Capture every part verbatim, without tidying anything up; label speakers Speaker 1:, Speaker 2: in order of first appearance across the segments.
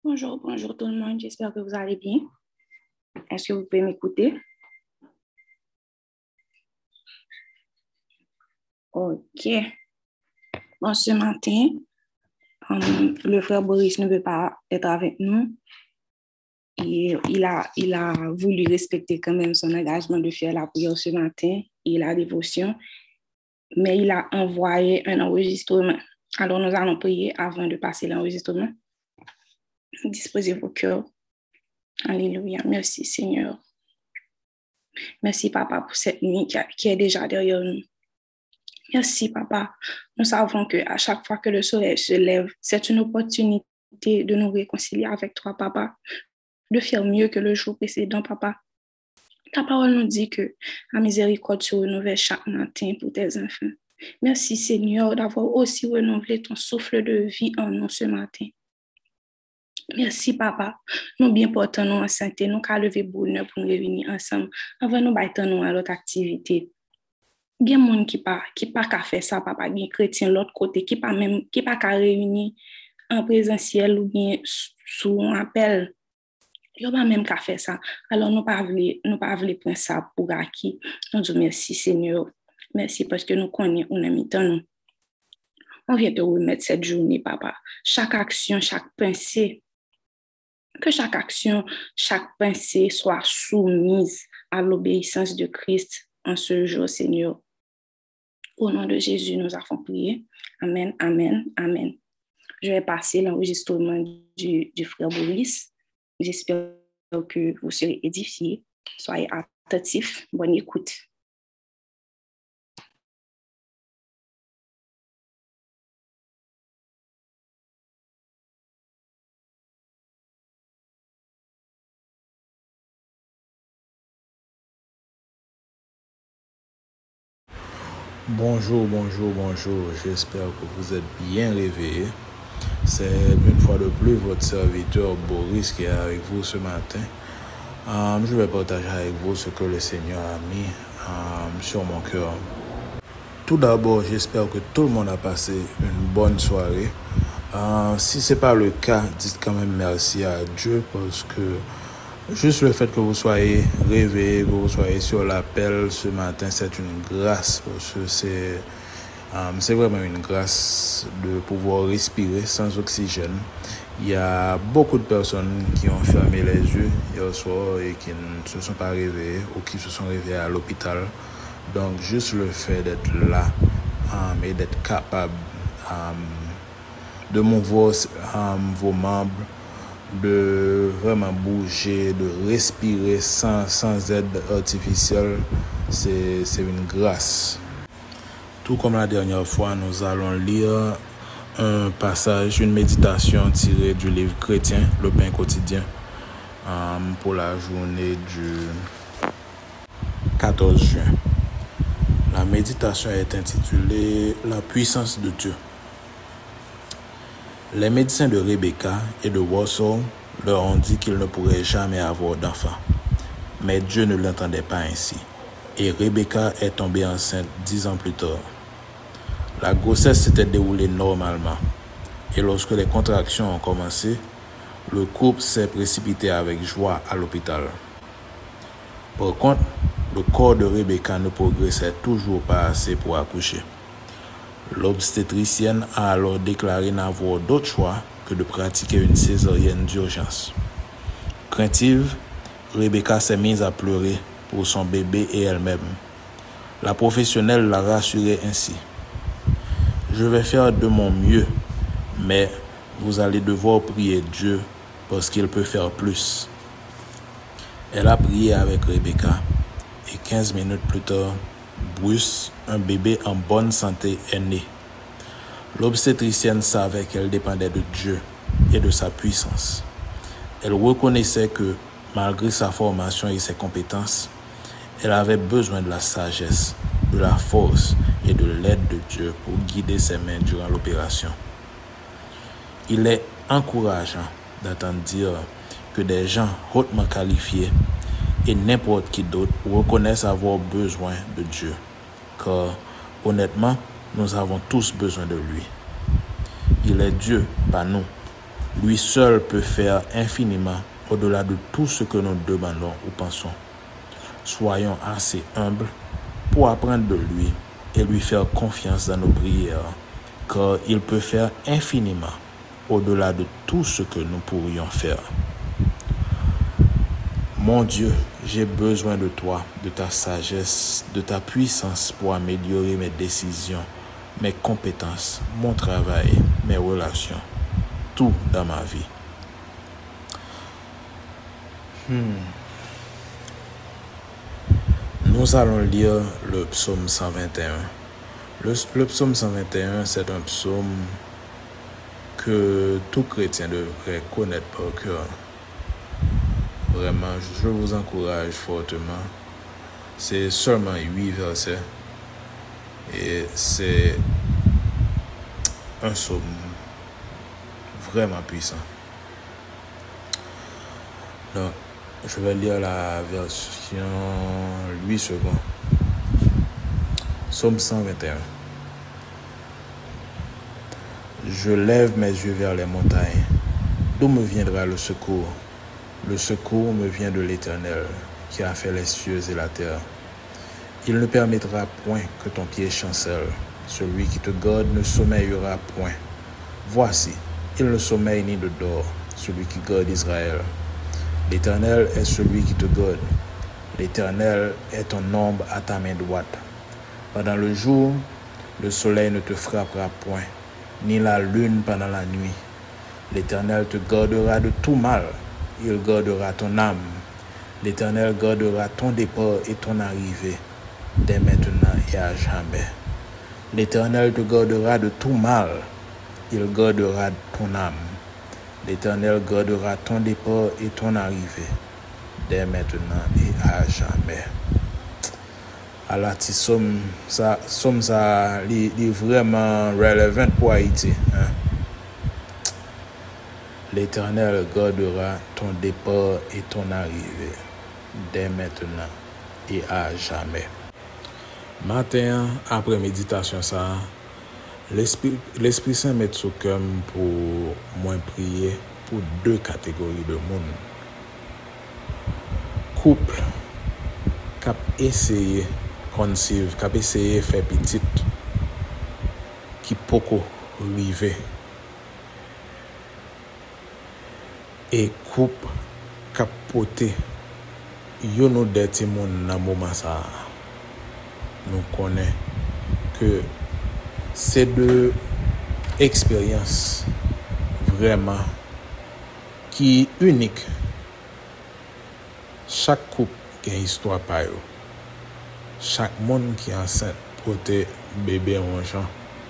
Speaker 1: Bonjour, bonjour tout le monde, j'espère que vous allez bien. Est-ce que vous pouvez m'écouter? Ok. Bon, ce matin, um, le frère Boris ne veut pas être avec nous. Et il a, il a voulu respecter quand même son engagement de faire la prière ce matin et la dévotion, mais il a envoyé un enregistrement. Alors, nous allons prier avant de passer l'enregistrement. Disposez vos cœurs. Alléluia. Merci, Seigneur. Merci, Papa, pour cette nuit qui, a, qui est déjà derrière nous. Merci, Papa. Nous savons qu'à chaque fois que le soleil se lève, c'est une opportunité de nous réconcilier avec toi, Papa, de faire mieux que le jour précédent, Papa. Ta parole nous dit que la miséricorde se renouvelle chaque matin pour tes enfants. Merci, Seigneur, d'avoir aussi renouvelé ton souffle de vie en nous ce matin. Merci, Papa. Nous bien portons nous en santé, nous qu'à lever bonheur pour nous réunir ensemble avant nous battons nous à l'autre activité. Bien monde qui pas qui pas qu'à faire ça, papa, bien chrétien l'autre côté qui pas même qui pas qu'à réunir en présentiel ou bien sous un appel. Yo pas même qu'à faire ça. Alors nous pas voulons nous pas voulons prendre ça pour acquis. Nous disons merci, Seigneur. Merci parce que nous connaissons on aime tant nous. On vient te remettre cette journée, papa. Chaque action, chaque pensée, que chaque action, chaque pensée soit soumise à l'obéissance de Christ en ce jour, Seigneur. Au nom de Jésus, nous avons prié. Amen, amen, amen. Je vais passer l'enregistrement du, du frère Boris. J'espère que vous serez édifiés. Soyez attentifs. Bonne écoute.
Speaker 2: Bonjour, bonjour, bonjour. J'espère que vous êtes bien réveillés. C'est une fois de plus votre serviteur Boris qui est avec vous ce matin. Um, je vais partager avec vous ce que le Seigneur a mis um, sur mon cœur. Tout d'abord, j'espère que tout le monde a passé une bonne soirée. Uh, si ce n'est pas le cas, dites quand même merci à Dieu parce que juste le fait que vous soyez réveillé, que vous soyez sur l'appel ce matin, c'est une grâce parce que c'est, um, c'est vraiment une grâce de pouvoir respirer sans oxygène. Il y a beaucoup de personnes qui ont fermé les yeux hier soir et qui ne se sont pas réveillées ou qui se sont réveillées à l'hôpital. Donc juste le fait d'être là um, et d'être capable um, de mouvoir um, vos membres, de vraiment bouger, de respirer sans, sans aide artificielle, c'est, c'est une grâce. Tout comme la dernière fois, nous allons lire un passage, une méditation tirée du livre chrétien, Le Pain quotidien, um, pour la journée du quatorze juin. La méditation est intitulée « La puissance de Dieu ». Les médecins de Rebecca et de Warsaw leur ont dit qu'ils ne pourraient jamais avoir d'enfant. Mais Dieu ne l'entendait pas ainsi. Et Rebecca est tombée enceinte dix ans plus tard. La grossesse s'était déroulée normalement. Et lorsque les contractions ont commencé, le couple s'est précipité avec joie à l'hôpital. Par contre, le corps de Rebecca ne progressait toujours pas assez pour accoucher. L'obstétricienne a alors déclaré n'avoir d'autre choix que de pratiquer une césarienne d'urgence. Craintive, Rebecca s'est mise à pleurer pour son bébé et elle-même. La professionnelle l'a rassurée ainsi. « Je vais faire de mon mieux, mais vous allez devoir prier Dieu parce qu'il peut faire plus. » Elle a prié avec Rebecca et quinze minutes plus tard, Bruce, un bébé en bonne santé, est né. L'obstétricienne savait qu'elle dépendait de Dieu et de sa puissance. Elle reconnaissait que, malgré sa formation et ses compétences, elle avait besoin de la sagesse, de la force et de l'aide de Dieu pour guider ses mains durant l'opération. Il est encourageant d'entendre dire que des gens hautement qualifiés et n'importe qui d'autre reconnaissent avoir besoin de Dieu. Car, honnêtement, nous avons tous besoin de lui. Il est Dieu, pas nous. Lui seul peut faire infiniment au-delà de tout ce que nous demandons ou pensons. Soyons assez humbles pour apprendre de lui et lui faire confiance dans nos prières, car il peut faire infiniment au-delà de tout ce que nous pourrions faire. Mon Dieu, j'ai besoin de toi, de ta sagesse, de ta puissance pour améliorer mes décisions, mes compétences, mon travail, mes relations, tout dans ma vie. Hmm. Nous allons lire le psaume cent vingt et un. Le, le psaume cent vingt et un, c'est un psaume que tout chrétien devrait connaître par cœur. Vraiment, je vous encourage fortement. C'est seulement huit versets et c'est un psaume vraiment puissant. Donc, je vais lire la version huit secondes. Psaume cent vingt et un. Je lève mes yeux vers les montagnes. D'où me viendra le secours? Le secours me vient de l'Éternel, qui a fait les cieux et la terre. Il ne permettra point que ton pied chancelle. Celui qui te garde ne sommeillera point. Voici, il ne sommeille ni ne dort, celui qui garde Israël. L'Éternel est celui qui te garde. L'Éternel est ton ombre à ta main droite. Pendant le jour, le soleil ne te frappera point, ni la lune pendant la nuit. L'Éternel te gardera de tout mal. Il gardera ton âme. L'Éternel gardera ton départ et ton arrivée, dès maintenant et à jamais. L'Éternel te gardera de tout mal. Il gardera ton âme. L'Éternel gardera ton départ et ton arrivée, dès maintenant et à jamais. Alors, ti somme ça, somme ça, li, li vraiment relevant pour Haïti. Hein? L'Éternel gardera ton départ et ton arrivée, dès maintenant et à jamais. Matin, après méditation, ça, l'Esprit, l'Esprit Saint met sous cœur pour moi prier pour deux catégories de monde. Couple, cap essayer conceive, cap essayer faire petite, qui poko river. Et coupe capoter yo nou de ti moun nan moment ça nous connaît que ces deux expériences vraiment qui unique. Chaque couple a une histoire par eux. Chaque monde qui est enceinte porter bébé en gens.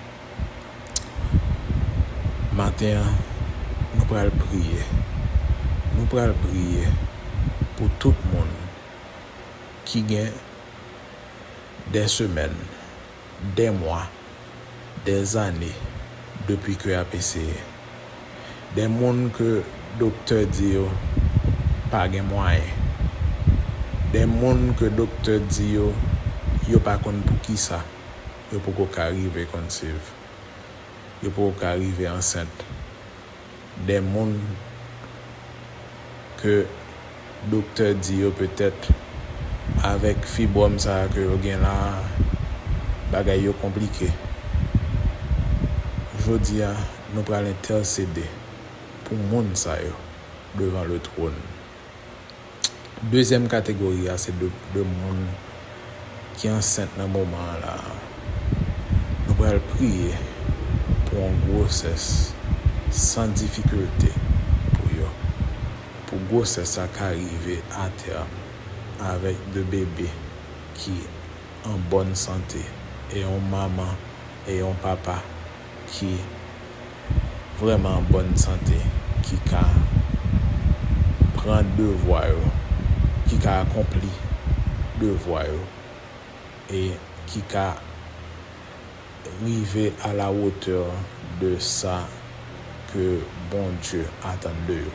Speaker 2: Matin nous allons prier. Nous allons prier pour tout le monde qui gagne des semaines, des mois, des années depuis que a essayé. Des gens que le docteur dit pas de moyens. Des gens que le docteur dit yo pas pour qui ça. Yo pour arriver conceive. Yo pour arriver enceinte. Des gens que le docteur dit peut-être avec fibrome ça que vous avez là bagay yo compliqué. Je dis à nous pour intercéder pour monde ça yo devant le trône. Deuxième catégorie c'est de de monde qui est enceinte dans moment là. Nous allons prier pour une grossesse sans difficulté pour yo. Pour grossesse qui arrive à terme avec deux bébés qui en bonne santé et une maman et un papa qui vraiment en bonne santé qui a prend devoir qui a accompli devoir et qui a arrivé à la hauteur de ça que bon Dieu attend de eux.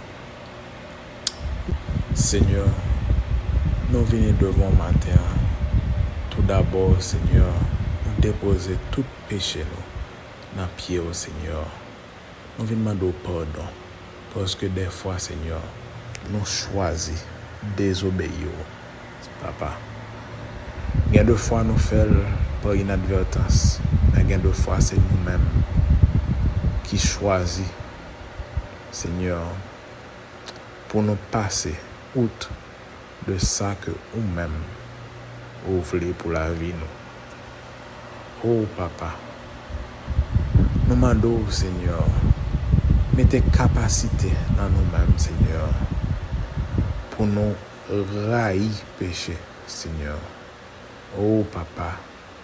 Speaker 2: Seigneur, nous venons devant matin. Tout d'abord, Seigneur, nous déposer tout péché nous dans pied au Seigneur. Nous venons demander pardon Parce que des fois, Seigneur, nous choisissons désobéir, papa. Il y a deux fois nous faisons par inadvertance, mais il y a deux fois c'est nous-mêmes qui choisissons, Seigneur, pour nous passer outre de ça que nous-mêmes vous voulez pour la vie. Nous. Oh papa, nous demandons, Seigneur, mettez capacité dans nous-mêmes, Seigneur, pour nous railler péché, Seigneur. Oh papa,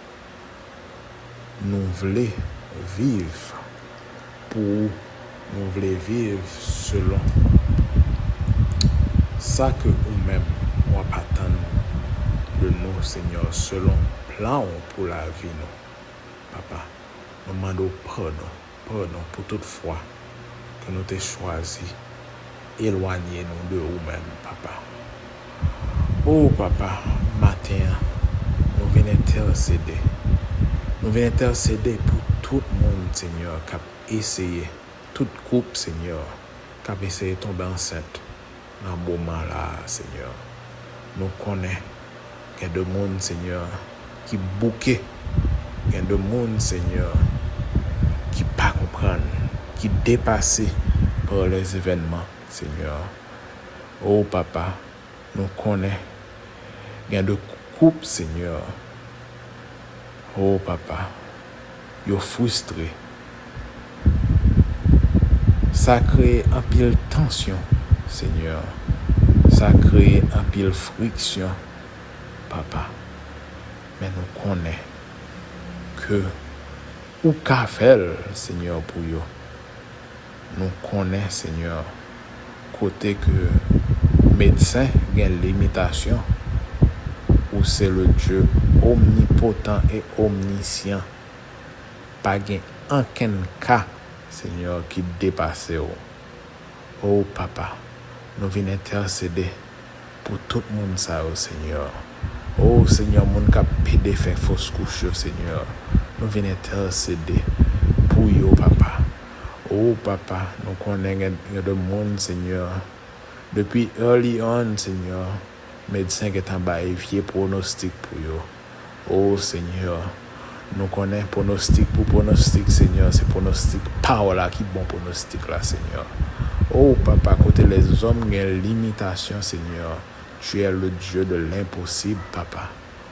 Speaker 2: nous voulons vivre pour nous voulons vivre selon ça que nous-mêmes on attend de nous, Seigneur, selon plan pour la vie, nous. Papa, nous demandons pardon, pardon pour toute fois que nous t'ai choisi, éloignez-nous de nous-mêmes, papa. Oh papa, matin, nous venons intercéder. Nous venons intercéder pour tout le monde, Seigneur, qui a essayé, tout groupe, Seigneur, qui a essayé de tomber enceinte dans ce moment-là, Seigneur. Nous connaissons qu'il y a des gens, Seigneur, qui bouquent, il y a des gens, Seigneur, qui ne pas comprennent, qui dépassent par les événements, Seigneur. Oh papa, nous connaissons qu'il y a des couples, Seigneur. Oh papa, yo frustré. Ça crée un pile tension, Seigneur. Ça crée un pile friction, papa. Mais nous connaissons que ou qu'a fait, Seigneur, pour yo. Nous connaissons, Seigneur, côté que médecin a une limitation, ou c'est le Dieu omnipotent et omniscient. Pas gain aucun cas, Seigneur, qui dépasse. Oh papa, nous venons intercéder pour tout le monde, ça, oh Seigneur. Oh Seigneur, mon cap pédé fait fausse couche, Seigneur. Nous venons intercéder pour yo, papa. Oh papa, nous connaissons de monde, Seigneur. Depuis early on, Seigneur, médecin qui est en bas, vieux pronostic pour yo. Oh Seigneur, nous connaissons pronostic pour pronostic, Seigneur. C'est pronostic par là qui bon pronostic là, Seigneur. Oh papa, côté les hommes, il y a une limitation, Seigneur. Tu es le Dieu de l'impossible, papa.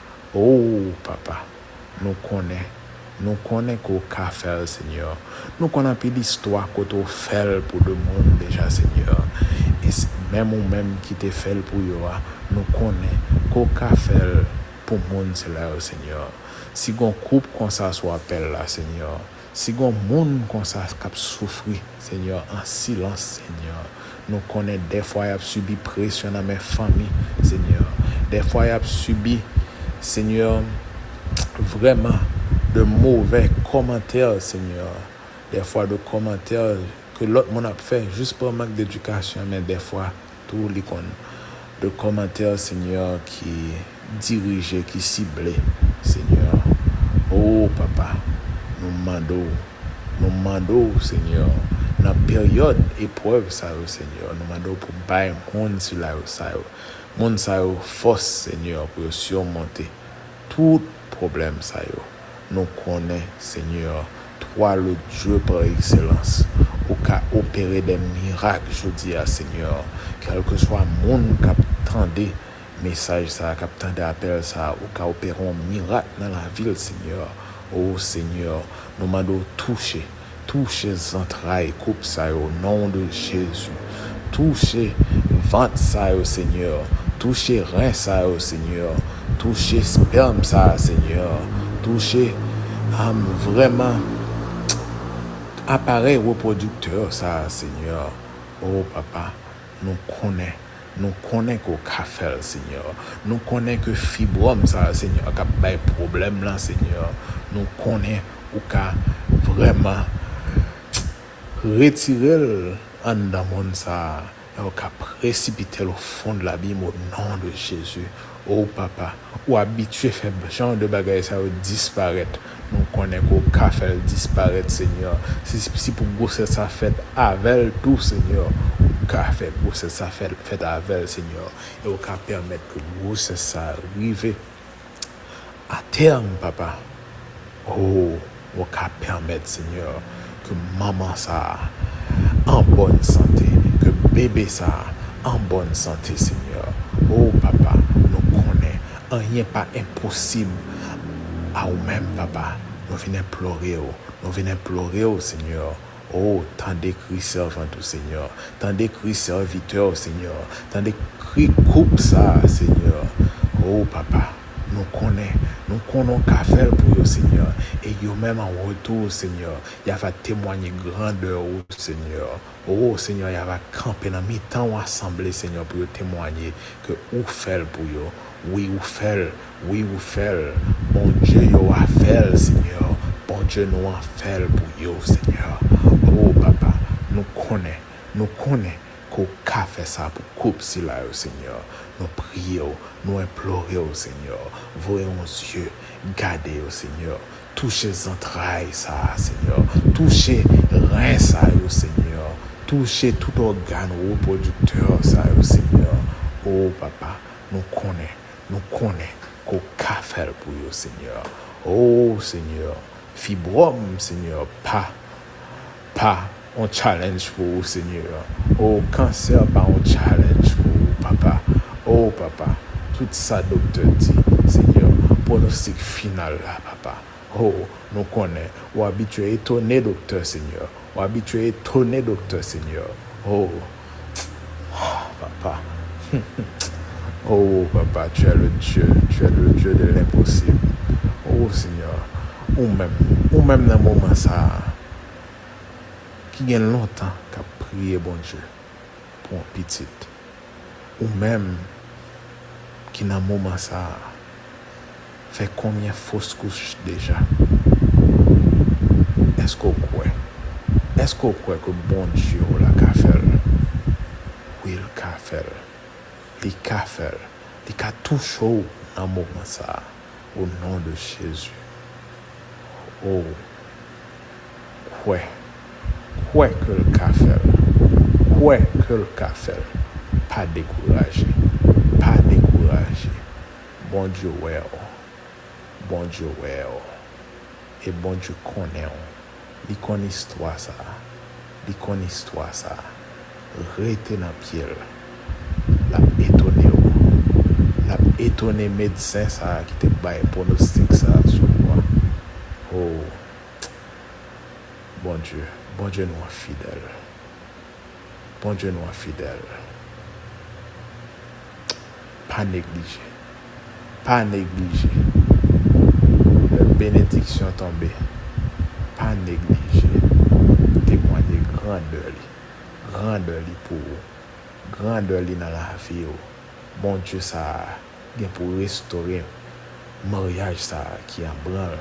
Speaker 2: Oh papa, nous connaissons. Nous connaissons qu'au cas faire, Seigneur. Nous connaissons plus l'histoire qu'on a fait pour le monde déjà, Seigneur. Et même ou même qui te fait pour yo, nous connaissons qu'au cas faire pour le monde, c'est là, Seigneur. Si on coupe comme ça soit appel là, Seigneur. Si on monde comme ça qui souffre, Seigneur, en silence, Seigneur. Nous connaissons des fois, il a subi pression dans mes familles, Seigneur. Des fois, il a subi, Seigneur, vraiment de mauvais commentaires, Seigneur. Des fois, de commentaires que l'autre monde a fait juste pour manque d'éducation, mais des fois, tout l'icône de commentaires, Seigneur, qui dirigent, qui ciblent, Seigneur. Oh, papa, nous demandons, nous demandons, Seigneur, dans la période épreuve, ça, Seigneur, nous demandons pour bailler monde sur la ça, monde ça, force, Seigneur, pour surmonter tout problème, ça, nous connaissons, Seigneur, toi, le Dieu par excellence, au cas opérer des miracles, je dis à Seigneur, quel que soit le monde qui attendait message, ça, qui attendait appel, ça, au cas opérer un miracle dans la ville, Seigneur. Oh Seigneur, nous demandons toucher, toucher les entrailles, coupe ça au nom de Jésus. Toucher ventre ça au Seigneur. Toucher rein ça au Seigneur. Toucher sperme ça, Seigneur. Toucher um, vraiment appareil reproducteur ça, Seigneur. Oh papa, nous connaissons. Nous connaissons qu'au café, Seigneur. Nous connaissons que fibrome, ça, Seigneur, qui a des problèmes là, Seigneur. Nous connaissons qu'au vraiment retirer en dans le monde, ça, et au cas précipiter au fond de l'abîme au nom de Jésus. Oh, papa, ou habitué à faire genre de bagaille, ça va disparaître nous connaissons qu'au café disparaître, Seigneur. Si, si pour grossesse ça fait avec tout, Seigneur, au café grossesse ça fait, fait avec, Seigneur. Et au cas permettre que grossesse ça arrive à terme, papa. Oh, au cas permettre, Seigneur, que maman ça en bonne santé, que bébé ça en bonne santé, Seigneur. Oh, papa, nous connaissons, rien pas impossible à vous-même, papa. Nous venons implorer, nous venons implorer au Seigneur. Oh, tant d'écrits servants au Seigneur, tant d'écrits serviteurs au Seigneur, tant d'écrits coupe ça, Seigneur. Oh, papa, nous connaissons, nous connaissons qu'à faire pour vous, Seigneur. Et vous-même en retour, Seigneur, il va témoigner grandeur au Seigneur. Oh, Seigneur, il va camper dans mi-temps ou assembler, Seigneur, pour vous témoigner que vous faites pour vous. Oui, vous faites, oui, vous faites. Bon Dieu, vous a fait, Seigneur. Bon Dieu, nous a fait pour vous, Seigneur. Oh, papa, nous connaissons, nous connaissons qu'au café ça pour couper si là, Seigneur. Nous prions, nous implorons, Seigneur. Voyons aux yeux, gardez, Seigneur. Touchez les entrailles, ça, Seigneur. Touchez rein, ça, Seigneur. Touchez tout organe reproducteur, ça, Seigneur. Oh, papa, nous connaissons, nous connaissons qu'au café pour vous, Seigneur. Oh, Seigneur. Fibrome, Seigneur, pas, pas un challenge pour vous, Seigneur. Oh, cancer, pas un challenge pour vous, papa. Oh, papa, tout ça, docteur dit, Seigneur, pronostic final là, papa. Oh, nous connaissons, ou habitué étonné, docteur, Seigneur. Ou habitué étonné, docteur, Seigneur. Oh, papa. Oh, papa, tu es le Dieu, tu es le Dieu de l'impossible. Oh, Seigneur, ou même, ou même dans le moment ça, qui gagne longtemps qu'à prier, bon Dieu, pour un petit, ou même qui dans le moment ça, fait combien de fausses couches déjà? Est-ce qu'on croit? Est-ce qu'on croit que bon Dieu l'a qu'à faire? Oui, il qu'a fait. Il qu'a fait. Il qu'a tout chaud dans le moment ça, au nom de Jésus. Oh, quoi? Quoi que le qu'a fait? Quoi que le qu'a fait? Pas découragé. Pas découragé. Bon Dieu, ouais. Bon Dieu, ouais. Et bon Dieu connaît. Il connaît l'histoire ça. Il connaît l'histoire ça. Rete dans pied. L'a étonné. L'a étonné médecin ça qui te bail pronostic ça sur moi. Oh. Bon Dieu. Bon Dieu nous est fidèle. Bon Dieu nous est fidèle. Pas négliger. Pas négliger. La bénédiction tombée. Pas négliger. Témoigner grandeur. Grandeur pour vous. Grandeur dans la vie. Bon Dieu, ça vient pour restaurer mariage ça qui est en branle.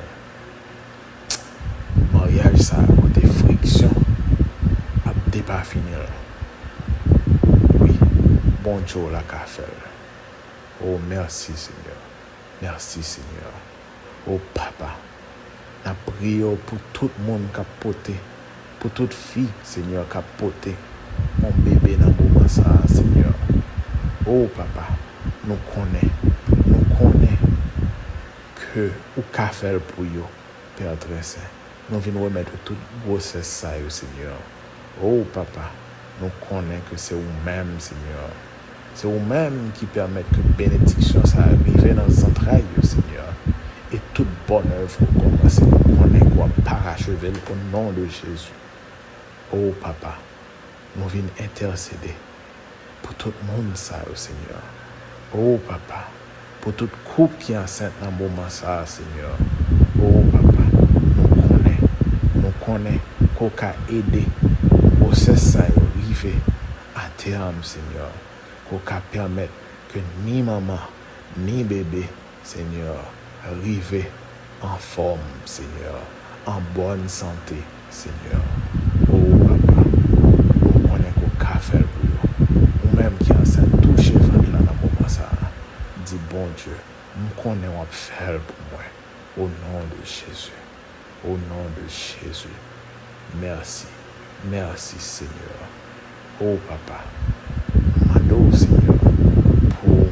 Speaker 2: Mariage ça côté friction. Abdé pas finir. Oui, bon Dieu la qu'a fait. Oh merci Seigneur. Merci Seigneur. Oh papa. N'a prié pour tout le monde qui a porté. Pour toute fille, Seigneur, qui a porté mon bébé dans le moment ça, Seigneur. Oh papa, nous connaissons, nous connaissons que ou qu'a faire pour vous, Père très saint. Nous venons remettre toute grossesse ça, Seigneur. Oh papa, nous connaissons que c'est vous-même, Seigneur. C'est vous-même qui permet que bénédiction ça arrive dans les entrailles, Seigneur. Et toute bonne œuvre commence. Nous connaissons quoi parachever au nom de Jésus. Oh papa, nous venons intercéder pour tout le monde ça, Seigneur. Oh papa, pour toute couple qui est enceinte dans le moment ça, Seigneur. Oh papa, nous connaissons, nous connaissons qu'on a aidé au cesse arriver à terme, Seigneur. Qu'on a permettre que ni maman, ni bébé, Seigneur, arrivent en forme, Seigneur, en bonne santé, Seigneur. Oh papa, nous connaissons qu'on a fait pour vous. Ou même qui a touché ventre là dans le moment ça. Dis bon Dieu, nous connaissons qu'on a fait pour moi. Au nom de Jésus. Au nom de Jésus. Merci. Merci, Seigneur. Oh, Papa. Mando, Seigneur, pour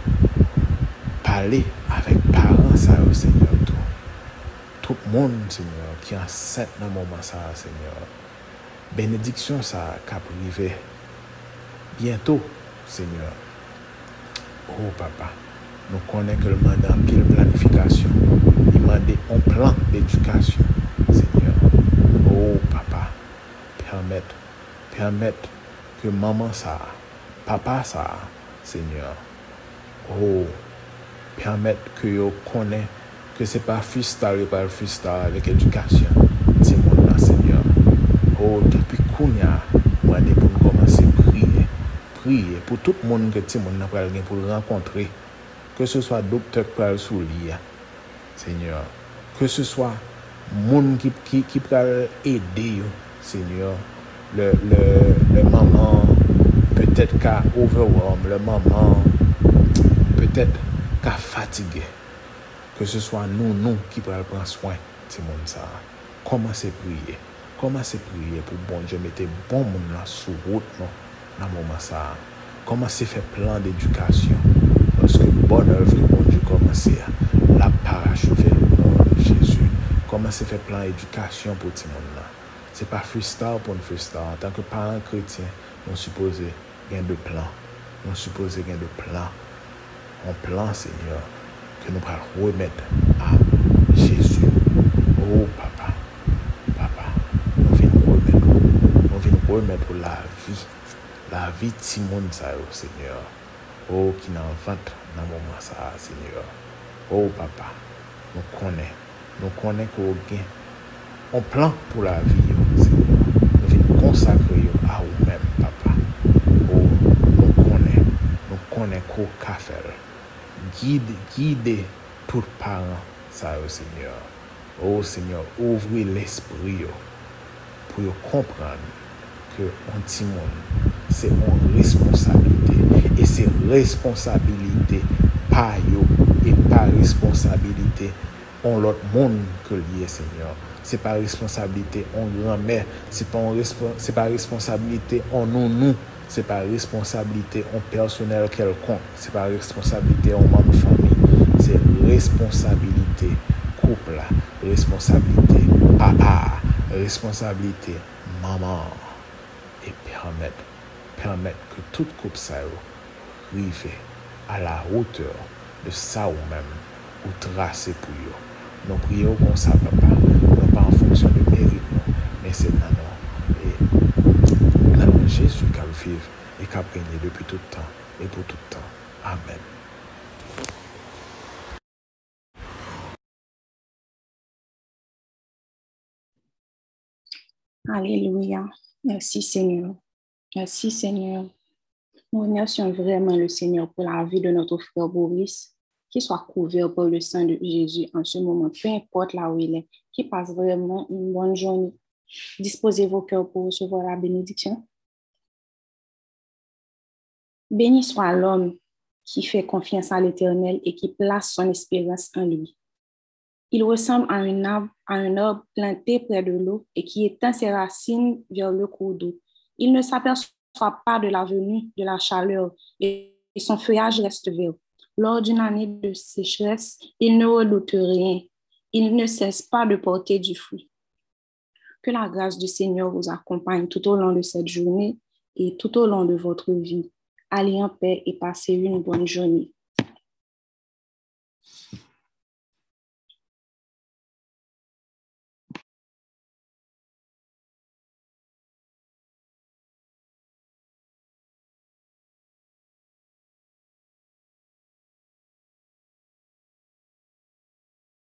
Speaker 2: parler avec parents, ça, Seigneur, tout. Tout le monde, Seigneur, qui est enceinte dans le moment, ça, Seigneur. Bénédiction, ça, qui a privé. Bientôt, Seigneur. Oh, Papa, nous connaissons que le mandat en pile planification. Il m'a demandé un plan d'éducation, Seigneur. Oh, Papa, permettre, permettre que maman, ça, papa, ça, Seigneur. Oh, permettre que vous connaissez que ce n'est pas freestyle, pas freestyle avec l'éducation. C'est mon là, Seigneur. Oh, depuis qu'on y a, moi, pour nous commencer à prier. Prier pour tout le monde que tu monde pour le rencontrer. Que ce soit docteur qui parle sous lui, Seigneur. Que ce soit monde qui qui qui peut aider, Seigneur. Le le le maman peut-être qu'à overwhelm, le maman peut-être qu'à fatigué. Que ce soit nous nous qui pourrons prendre soin de ces monde ça. Commencez à prier. Commencez à prier pour bon Dieu mettre bon monde là sur route non dans moment ça. Commencez à faire plan d'éducation parce que bonne œuvre bon Dieu commencer à la parachever le nom de Jésus. Commencez à faire plan d'éducation pour ces monde là. C'est pas freestyle pour une freestyle. En tant que parents chrétiens, on suppose gain de plan. On suppose gain de plan. Un plan, Seigneur, que nous allons remettre à Jésus. Oh, Papa, Papa, nous venons remettre, nous venons remettre la vie, la vie de Simone, Seigneur. Oh, qui n'en ventre dans le moment, ça, Seigneur. Oh, Papa, nous connaissons, nous connaissons qu'on a un plan pour la vie, Seigneur. Nous venons consacrer à nous-mêmes, Papa. Oh, nous connaissons, nous connaissons qu'on a fait. Guide, guide tout parent, ça, Seigneur. Oh, Seigneur, ouvrez l'esprit pour comprendre que un petit monde, c'est une responsabilité. Et c'est responsabilité par eux et pas responsabilité en l'autre monde que lié, Seigneur. C'est pas responsabilité en grand-mère, c'est pas c'est pas responsabilité en nous nous. C'est pas responsabilité en personnel quelconque, c'est pas responsabilité en membre de famille, c'est responsabilité couple, responsabilité papa, responsabilité maman. Et permettre, permettre que tout couple ça arrive à la hauteur de ça ou même, ou tracer pour eux. Nous prions comme ça, papa, non pas en fonction de mérite, mais c'est dans nous. Jésus qui vive et qui a régné depuis tout le temps et pour tout le temps. Amen.
Speaker 1: Alléluia. Merci Seigneur. Merci Seigneur. Nous remercions vraiment le Seigneur pour la vie de notre frère Boris, qui soit couvert par le sang de Jésus en ce moment, peu importe là où il est, qui passe vraiment une bonne journée. Disposez vos cœurs pour recevoir la bénédiction. Béni soit l'homme qui fait confiance à l'Éternel et qui place son espérance en lui. Il ressemble à un arbre, à un arbre planté près de l'eau et qui étend ses racines vers le cours d'eau. Il ne s'aperçoit pas de la venue de la chaleur et son feuillage reste vert. Lors d'une année de sécheresse, il ne redoute rien. Il ne cesse pas de porter du fruit. Que la grâce du Seigneur vous accompagne tout au long de cette journée et tout au long de votre vie. Allez en paix et passez une bonne journée.